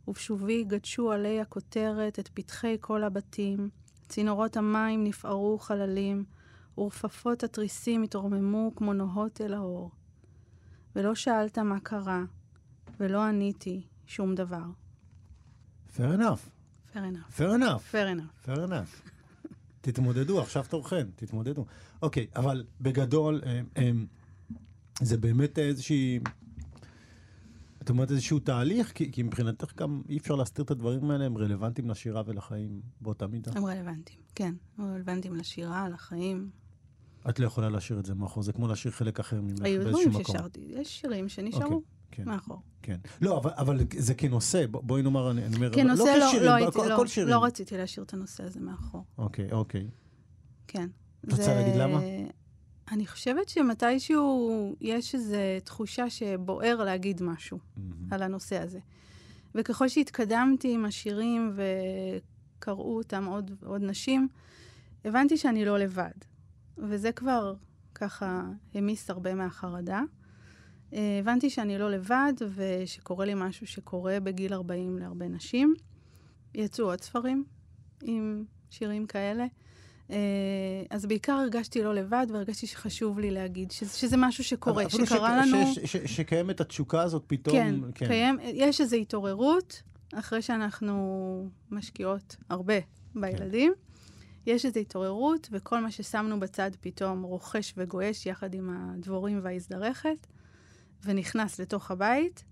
ובשובי גדשו עלי הכותרת את פתחי כל הבתים, צינורות המים נפערו חללים, ורפפות התריסים התרוממו כמו נוהות אל האור. ולא שאלת מה קרה, ולא עניתי שום דבר. Fair enough. Fair enough. Fair enough. Fair enough. Fair enough. תתמודדו, עכשיו תורכם, תתמודדו. אוקיי, אבל בגדול, זה באמת איזושהי... את אומרת איזשהו תהליך, כי מבחינתך גם אי אפשר להסתיר את הדברים האלה, הם רלוונטיים לשירה ולחיים באותה מידה. הם רלוונטיים, כן. הם רלוונטיים לשירה, לחיים. את לא יכולה לשיר את זה מאחור, זה כמו לשיר חלק אחר ממך היו באיזשהו דברים מקום. ששרתי, יש שירים שנשארו מאחור. כן. לא, אבל זה כנושא, בואי נאמר, אני אומר, כנושא כל שירים. לא רציתי להשאיר את הנושא הזה מאחור. אוקיי. כן. את רוצה להגיד למה? אני חושבת שמתישהו יש איזו תחושה שבוער להגיד משהו על הנושא הזה. וככל שהתקדמתי עם השירים וקראו אותם עוד נשים, הבנתי שאני לא לבד. וזה כבר ככה המיס הרבה מהחרדה. הבנתי שאני לא לבד ושקורה לי משהו שקורה בגיל 40 להרבה נשים. יצאו עוד ספרים עם שירים כאלה. אז בעיקר הרגשתי לא לבד, והרגשתי שחשוב לי להגיד שזה משהו שקורה, שקרה לנו... שקיימת התשוקה הזאת פתאום... כן, יש איזו התעוררות, אחרי שאנחנו משקיעות הרבה בילדים, יש איזו התעוררות, וכל מה ששמנו בצד פתאום רוכש וגועש יחד עם הדבורים וההזדרכת, ונכנס לתוך הבית,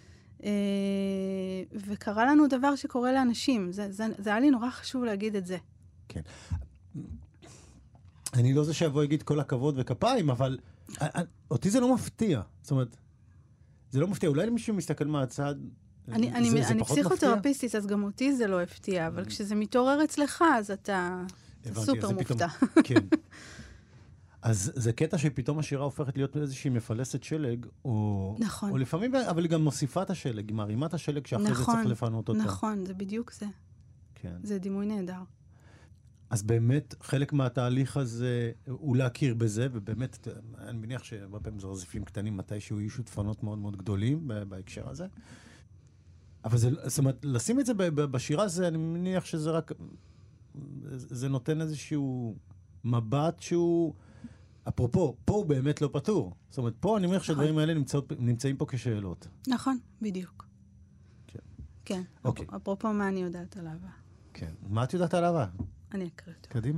וקרה לנו דבר שקורה לאנשים. זה היה לי נורא חשוב להגיד את זה. כן. אני לא זה שיבוא יגיד כל הכבוד וכפיים, אבל אותי זה לא מפתיע. זאת אומרת, זה לא מפתיע. אולי למישהו מסתכל מהצד, אני פסיכותרפיסטית, אז גם אותי זה לא הפתיע, אבל כשזה מתעורר אצלך, אז אתה סופר מופתע. כן. אז זה קטע שפתאום השירה הופכת להיות איזושהי מפלסת שלג, או לפעמים, אבל היא גם מוסיפה את השלג, היא מרימה את השלג שאחרי זה צריך לפנות אותה. נכון, זה בדיוק זה. כן. זה דימוי נהדר. אז באמת, חלק מהתהליך הזה הוא להכיר בזה, ובאמת, אני מניח שהרבה פעמים זה רזיפים קטנים, מתישהו יהיו שותפנות מאוד מאוד גדולים בהקשר הזה. אבל זאת אומרת, לשים את זה בשירה הזה, אני מניח שזה רק, זה נותן איזשהו מבט שהוא, אפרופו, פה הוא באמת לא פתור. זאת אומרת, פה אני מניח שהדברים האלה נמצאים פה כשאלות. נכון, בדיוק. כן. אוקיי. אפרופו מה אני יודעת על אהבה. כן. מה את יודעת על אהבה? אני אקריא אותו. קדימה.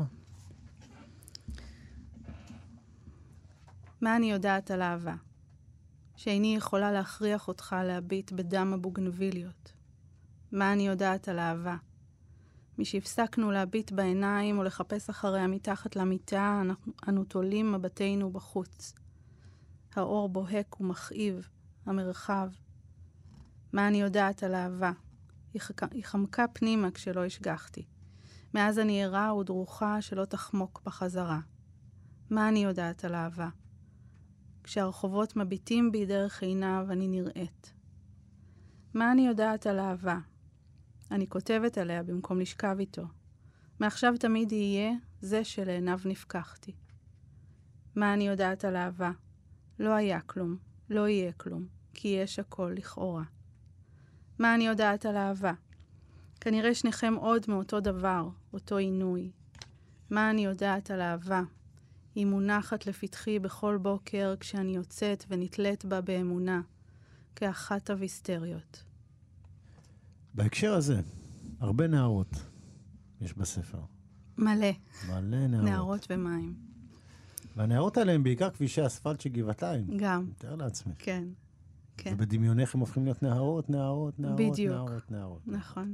מה אני יודעת על אהבה? שאיני יכולה להכריח אותך להביט בדם הבוגנביליות. מה אני יודעת על אהבה? משהפסקנו להביט בעיניים או לחפש אחריה מתחת למיטה, אנו תולים מבטנו בחוץ. האור בוהק ומכאיב, המרחב. מה אני יודעת על אהבה? היא חמקה פנימה כשלא השגחתי. מאז אני ערה ודרוכה שלא תחמוק בחזרה. מה אני יודעת על אהבה? כשהרחובות מביטים בי דרך עיניו אני נראית. מה אני יודעת על אהבה? אני כותבת עליה במקום לשכב איתו. מעכשיו תמיד יהיה זה שלעיניו נפקחתי. מה אני יודעת על אהבה? לא היה כלום, לא יהיה כלום, כי יש הכל לכאורה. מה אני יודעת על אהבה? כנראה שניכם עוד מאותו דבר, אותו עינוי. מה אני יודעת על אהבה? היא מונחת לפתחי בכל בוקר כשאני יוצאת ונתלית בה באמונה, כאחת הוויסטריות. בהקשר הזה, הרבה נערות יש בספר. מלא. מלא נערות. נערות ומים. והנערות האלה הם בעיקר כבישי אספלט של גבעתיים. גם. מתאר לעצמי. כן. כן. ובדמיונך הם הופכים להיות נערות, נערות, נערות, בדיוק. נערות, נערות. נכון.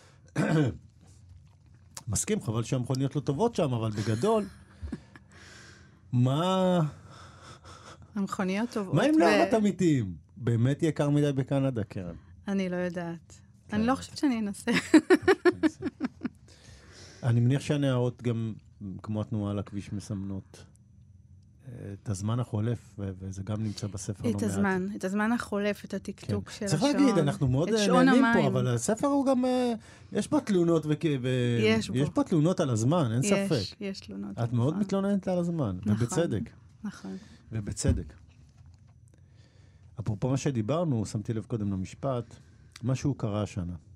מסכים, חבל שהמכוניות לא טובות שם, אבל בגדול, מה... המכוניות טובות. מה עם נערות אמיתיים? באמת יקר מדי בקנדה, קרן. אני לא יודעת. אני לא חושבת שאני אנסה. אני מניח שהנערות גם, כמו התנועה על הכביש, מסמנות את הזמן החולף, וזה גם נמצא בספר לא מעט. את הזמן החולף, את הטקטוק של השעון. צריך להגיד, אנחנו מאוד נהנים פה, אבל הספר הוא גם, יש פה תלונות, יש פה תלונות על הזמן, אין ספק. יש תלונות. את מאוד מתלוננת על הזמן, ובצדק. נכון. ובצדק. אפרופו מה שדיברנו, שמתי לב קודם למשפט, משהו קרה השנה.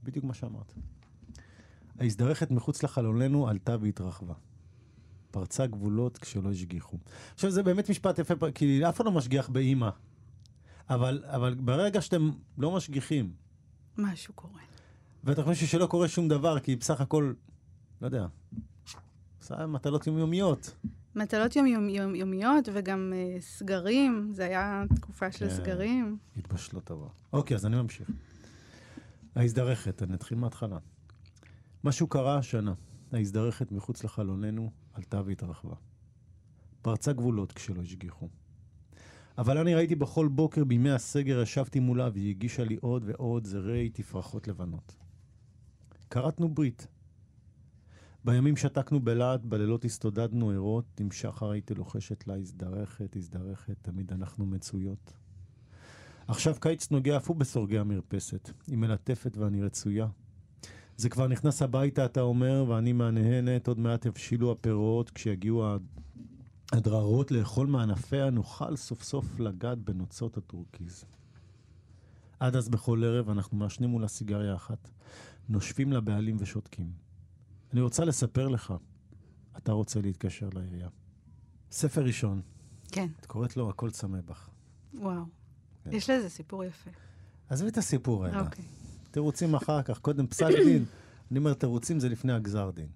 בדיוק מה שאמרת. ההזדרכת מחוץ לחלוננו עלתה והתרחבה. פרצה גבולות כשלא השגיחו. עכשיו, זה באמת משפט יפה, כי אף אחד לא משגיח באמא. אבל ברגע שאתם לא משגיחים, משהו קורה. ואתה חושב שלא קורה שום דבר, כי בסך הכל, לא יודע, עושה מטלות יומיומיות. מטלות יומיות וגם סגרים, זה היה תקופה של סגרים. התבשלות טובה. אוקיי, אז אני ממשיך. ההזדרכת, אני אתחיל מההתחלה. משהו קרה השנה. ההזדרכת מחוץ לחלוננו עלתה והתרחבה. פרצה גבולות כשלא השגיחו. אבל אני ראיתי בכל בוקר בימי הסגר, ישבתי מולה והיא הגישה לי עוד ועוד זרי תפרחות לבנות. קראתנו ברית. בימים שתקנו בלעד, בלילות הסתודדנו ערות, עם שחר הייתי לוחשת לה, הזדרכת, תמיד אנחנו מצויות. עכשיו קיץ נוגע אף הוא בסורגי המרפסת, היא מלטפת ואני רצויה. זה כבר נכנס הביתה, אתה אומר, ואני מהנהנת, עוד מעט הבשילו הפירות, כשיגיעו הדררות לאכול מענפיה, נוכל סוף סוף לגעת בנוצות הטורקיז. עד אז בכל ערב אנחנו מעשנים מול הסיגריה אחת, נושפים לבעלים ושותקים. אני רוצה לספר לך, אתה רוצה להתקשר לעירייה. ספר ראשון. כן. את קוראת לו הכל צמא בך. וואו. כן. יש לזה סיפור יפה. עזבי את הסיפור רגע. אוקיי. תירוצים אחר כך, קודם פסק דין. אני אומר, תירוצים זה לפני הגזר דין.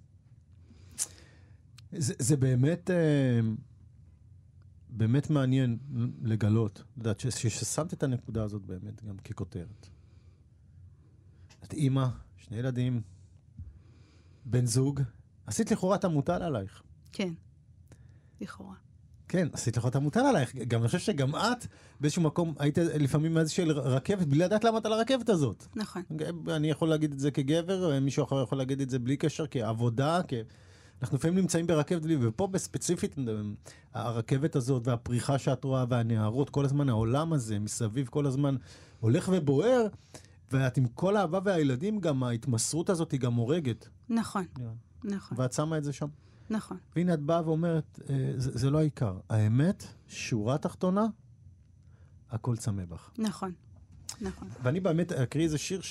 זה באמת, באמת מעניין לגלות, לדעת ששמת את הנקודה הזאת באמת גם ככותרת. את אימא, 2 ילדים, בן זוג, עשית לכאורה את המוטל עלייך. כן, לכאורה. כן, עשית לכאורה את המוטל עלייך. גם אני חושב שגם את באיזשהו מקום היית לפעמים איזושהי רכבת, בלי לדעת למה את על הרכבת הזאת. נכון. אני יכול להגיד את זה כגבר, מישהו אחר יכול להגיד את זה בלי קשר, כעבודה, אנחנו לפעמים נמצאים ברכבת, ופה בספציפית, הרכבת הזאת והפריחה שאת רואה והנערות, כל הזמן העולם הזה מסביב כל הזמן הולך ובוער, ואת עם כל האהבה והילדים, גם ההתמסרות הזאת היא גם הורגת. נכון, נכון. ואת שמה את זה שם. נכון. והנה את באה ואומרת, זה לא העיקר. האמת, שורה תחתונה, הכל צמא בך. נכון, נכון. ואני באמת אקריא איזה שיר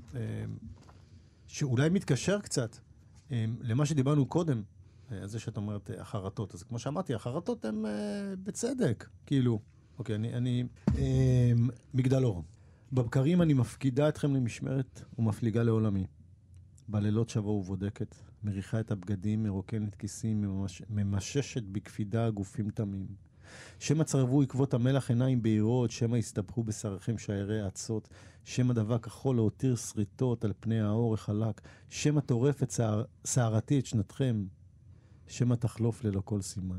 שאולי מתקשר קצת למה שדיברנו קודם, זה שאת אומרת החרטות. אז כמו שאמרתי, החרטות הן בצדק, כאילו. אוקיי, אני מגדל אור. בבקרים אני מפקידה אתכם למשמרת ומפליגה לעולמי. בלילות שבוע ובודקת, מריחה את הבגדים, מרוקנת כיסים, ממששת בקפידה גופים תמים. שמא צרבו עקבות המלח עיניים בהירות, שמא הסתבכו בשעריכם שיירי עצות, שמא דבק כחול להותיר שריטות על פני האור החלק, שמא טורף את שערתי את שנתכם, שמא תחלוף ללא כל סימן.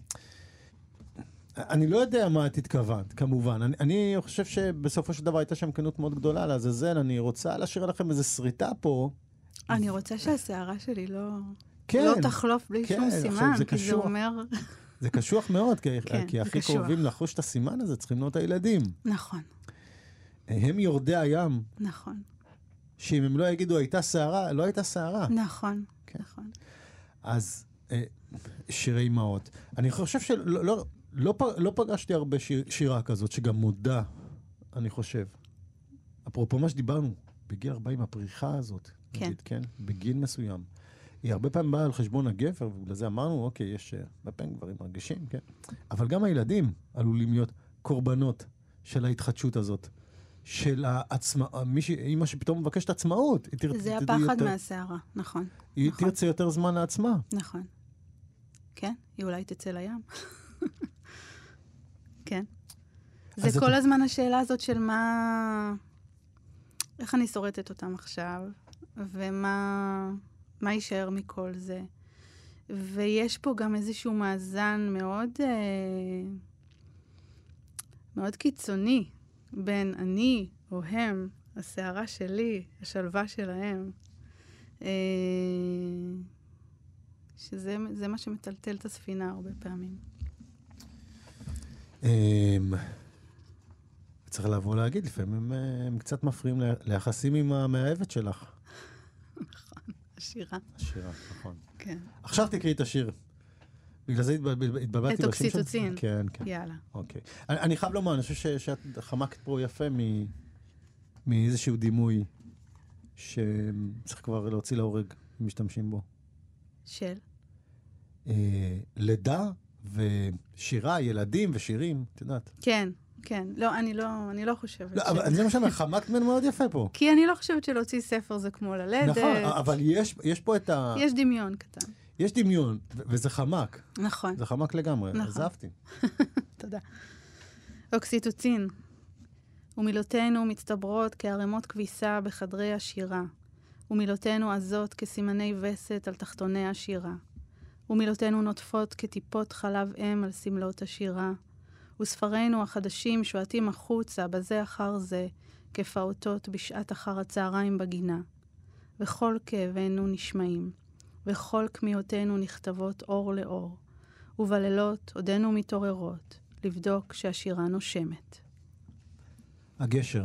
אני לא יודע מה את התכוונת, כמובן. אני חושב שבסופו של דבר הייתה שם כנות מאוד גדולה לעזאזל. אני רוצה להשאיר לכם איזה שריטה פה. אני רוצה שהשערה שלי לא כן, לא תחלוף בלי כן, שום סימן, זה כי זה אומר... זה קשוח מאוד, כן, כי זה הכי קשוח. קרובים לחוש את הסימן הזה, צריכים להיות הילדים. נכון, הם יורדי הים, נכון, שאם הם לא יגידו הייתה שערה, לא הייתה שערה. נכון, כן. נכון. אז שירי אמהות. אני חושב לא פגשתי הרבה שירה כזאת, שגם מודה, אני חושב. אפרופו מה שדיברנו, בגיל 40, הפריחה הזאת, כן. נגיד, כן? בגיל מסוים. היא הרבה פעמים באה על חשבון הגבר, ולזה אמרנו, אוקיי, יש בפן גברים מרגישים, כן? אבל גם הילדים עלולים להיות קורבנות של ההתחדשות הזאת, של אמא שפתאום מבקשת עצמאות. זה הפחד מהשערה, נכון. היא תרצה יותר זמן לעצמה. נכון. כן, היא אולי תצא לים. כן. זה כל הזמן השאלה הזאת של מה... איך אני שורטת אותם עכשיו, ומה יישאר מכל זה. ויש פה גם איזשהו מאזן מאוד, מאוד קיצוני בין אני או הם, השערה שלי, השלווה שלהם, שזה מה שמטלטל את הספינה הרבה פעמים. צריך לבוא להגיד, לפעמים הם קצת מפריעים ליחסים עם המאהבת שלך. נכון, השירה. השירה, נכון. כן. עכשיו תקראי את השיר. בגלל זה התבלבלתי. את אוקסיטוצין. כן, כן. יאללה. אוקיי. אני חייב לומר, אני חושב שאת חמקת פה יפה מאיזשהו דימוי שצריך כבר להוציא להורג, אם משתמשים בו. של? לידה ושירה, ילדים ושירים, את יודעת. כן. כן, לא, אני לא חושבת. לא, אבל זה מה שאומר, חמקת ממנו מאוד יפה פה. כי אני לא חושבת שלהוציא ספר זה כמו ללדת. נכון, אבל יש פה את ה... יש דמיון קטן. יש דמיון, וזה חמק. נכון. זה חמק לגמרי, נכון. עזבתי. תודה. אוקסיטוצין. ומילותינו מצטברות כערימות כביסה בחדרי השירה. ומילותינו עזות כסימני וסת על תחתוני השירה. ומילותינו נוטפות כטיפות חלב אם על סמלות השירה. וספרינו החדשים שועטים החוצה בזה אחר זה, כפעוטות בשעת אחר הצהריים בגינה. וכל כאבינו נשמעים, וכל כמיהותינו נכתבות אור לאור, ובלילות עודנו מתעוררות, לבדוק שהשירה נושמת. הגשר.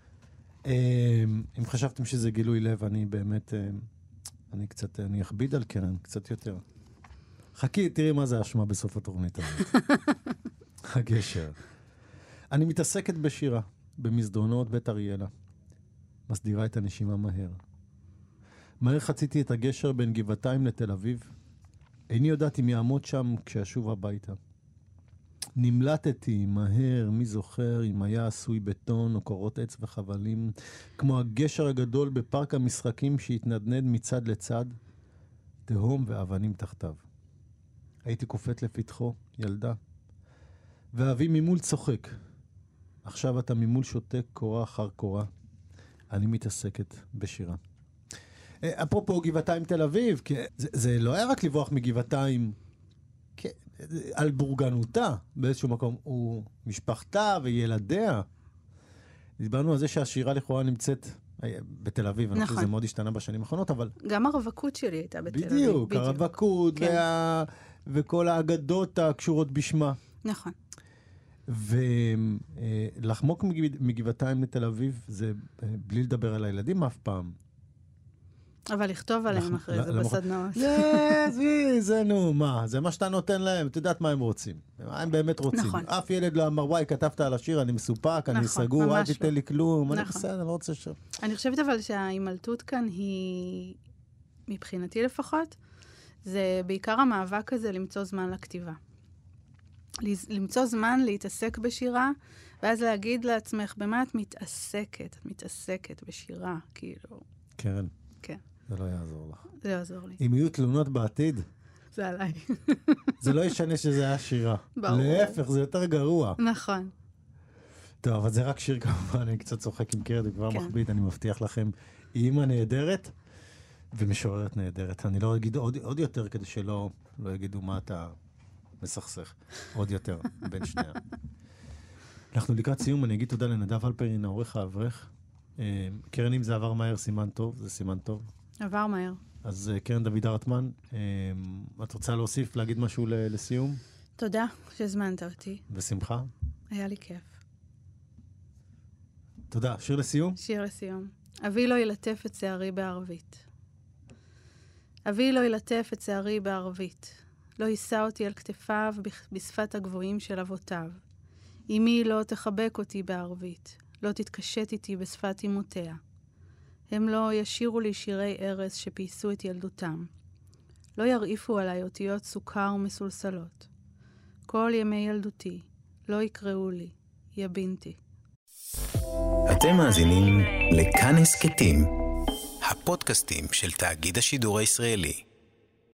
אם חשבתם שזה גילוי לב, אני באמת, אני אכביד על קרן, קצת יותר. חכי, תראי מה זה אשמה בסוף התוכנית הזאת. הגשר. אני מתעסקת בשירה, במסדרונות בית אריאלה. מסדירה את הנשימה מהר. מהר חציתי את הגשר בין גבעתיים לתל אביב. איני יודעת אם יעמוד שם כשאשוב הביתה. נמלטתי מהר, מי זוכר, אם היה עשוי בטון או קורות עץ וחבלים, כמו הגשר הגדול בפארק המשחקים שהתנדנד מצד לצד, תהום ואבנים תחתיו. הייתי קופאת לפתחו, ילדה. ואבי ממול צוחק. עכשיו אתה ממול שותק קורה אחר קורה. אני מתעסקת בשירה. אפרופו גבעתיים תל אביב, זה לא היה רק לברוח מגבעתיים על בורגנותה באיזשהו מקום. הוא משפחתה וילדיה. דיברנו על זה שהשירה לכאורה נמצאת בתל אביב. נכון. אני חושב שזה מאוד השתנה בשנים האחרונות, אבל... גם הרווקות שלי הייתה בתל אביב. בדיוק, הרווקות כן. וכל האגדות הקשורות בשמה. נכון. ולחמוק מגבעתיים לתל אביב זה בלי לדבר על הילדים אף פעם. אבל לכתוב עליהם אחרי זה בסדנאות. זה נו, מה? זה מה שאתה נותן להם, את יודעת מה הם רוצים. מה הם באמת רוצים. נכון. אף ילד לא אמר, וואי, כתבת על השיר, אני מסופק, אני סגור, אל תיתן לי כלום. אני בסדר, אני לא רוצה שם. אני חושבת אבל שההימלטות כאן היא, מבחינתי לפחות, זה בעיקר המאבק הזה למצוא זמן לכתיבה. למצוא זמן להתעסק בשירה, ואז להגיד לעצמך, במה את מתעסקת? את מתעסקת בשירה, כאילו. קרן. כן. זה לא יעזור לך. זה לא יעזור לי. אם יהיו תלונות בעתיד, זה עליי. זה לא ישנה שזה היה שירה. ברור. להפך, זה יותר גרוע. נכון. טוב, אבל זה רק שיר כמובן, אני קצת צוחק עם קרן, וכבר מחביד, אני מבטיח לכם, היא אימא נהדרת ומשוררת נהדרת. אני לא אגיד עוד יותר כדי שלא יגידו מה אתה מסכסך. עוד יותר, בין שנייה. אנחנו לקראת סיום, אני אגיד תודה לנדב אלפרין, העורך האברך. קרן, אם זה עבר מהר, סימן טוב, זה סימן טוב. עבר מהר. אז קרן דוד הרטמן, את רוצה להוסיף, להגיד משהו לסיום? תודה שהזמנת אותי. בשמחה. היה לי כיף. תודה. שיר לסיום? שיר לסיום. אבי לא ילטף את שערי בערבית. אבי לא ילטף את שערי בערבית. לא יישא אותי על כתפיו בשפת הגבוהים של אבותיו. אמי לא תחבק אותי בערבית. לא תתקשט איתי בשפת אמותיה. הם לא ישירו לי שירי ארס שפייסו את ילדותם. לא ירעיפו עליי אותיות סוכר ומסולסלות. כל ימי ילדותי לא יקראו לי, יבינתי. אתם מאזינים לכאן הסכתים, הפודקאסטים של תאגיד השידור הישראלי.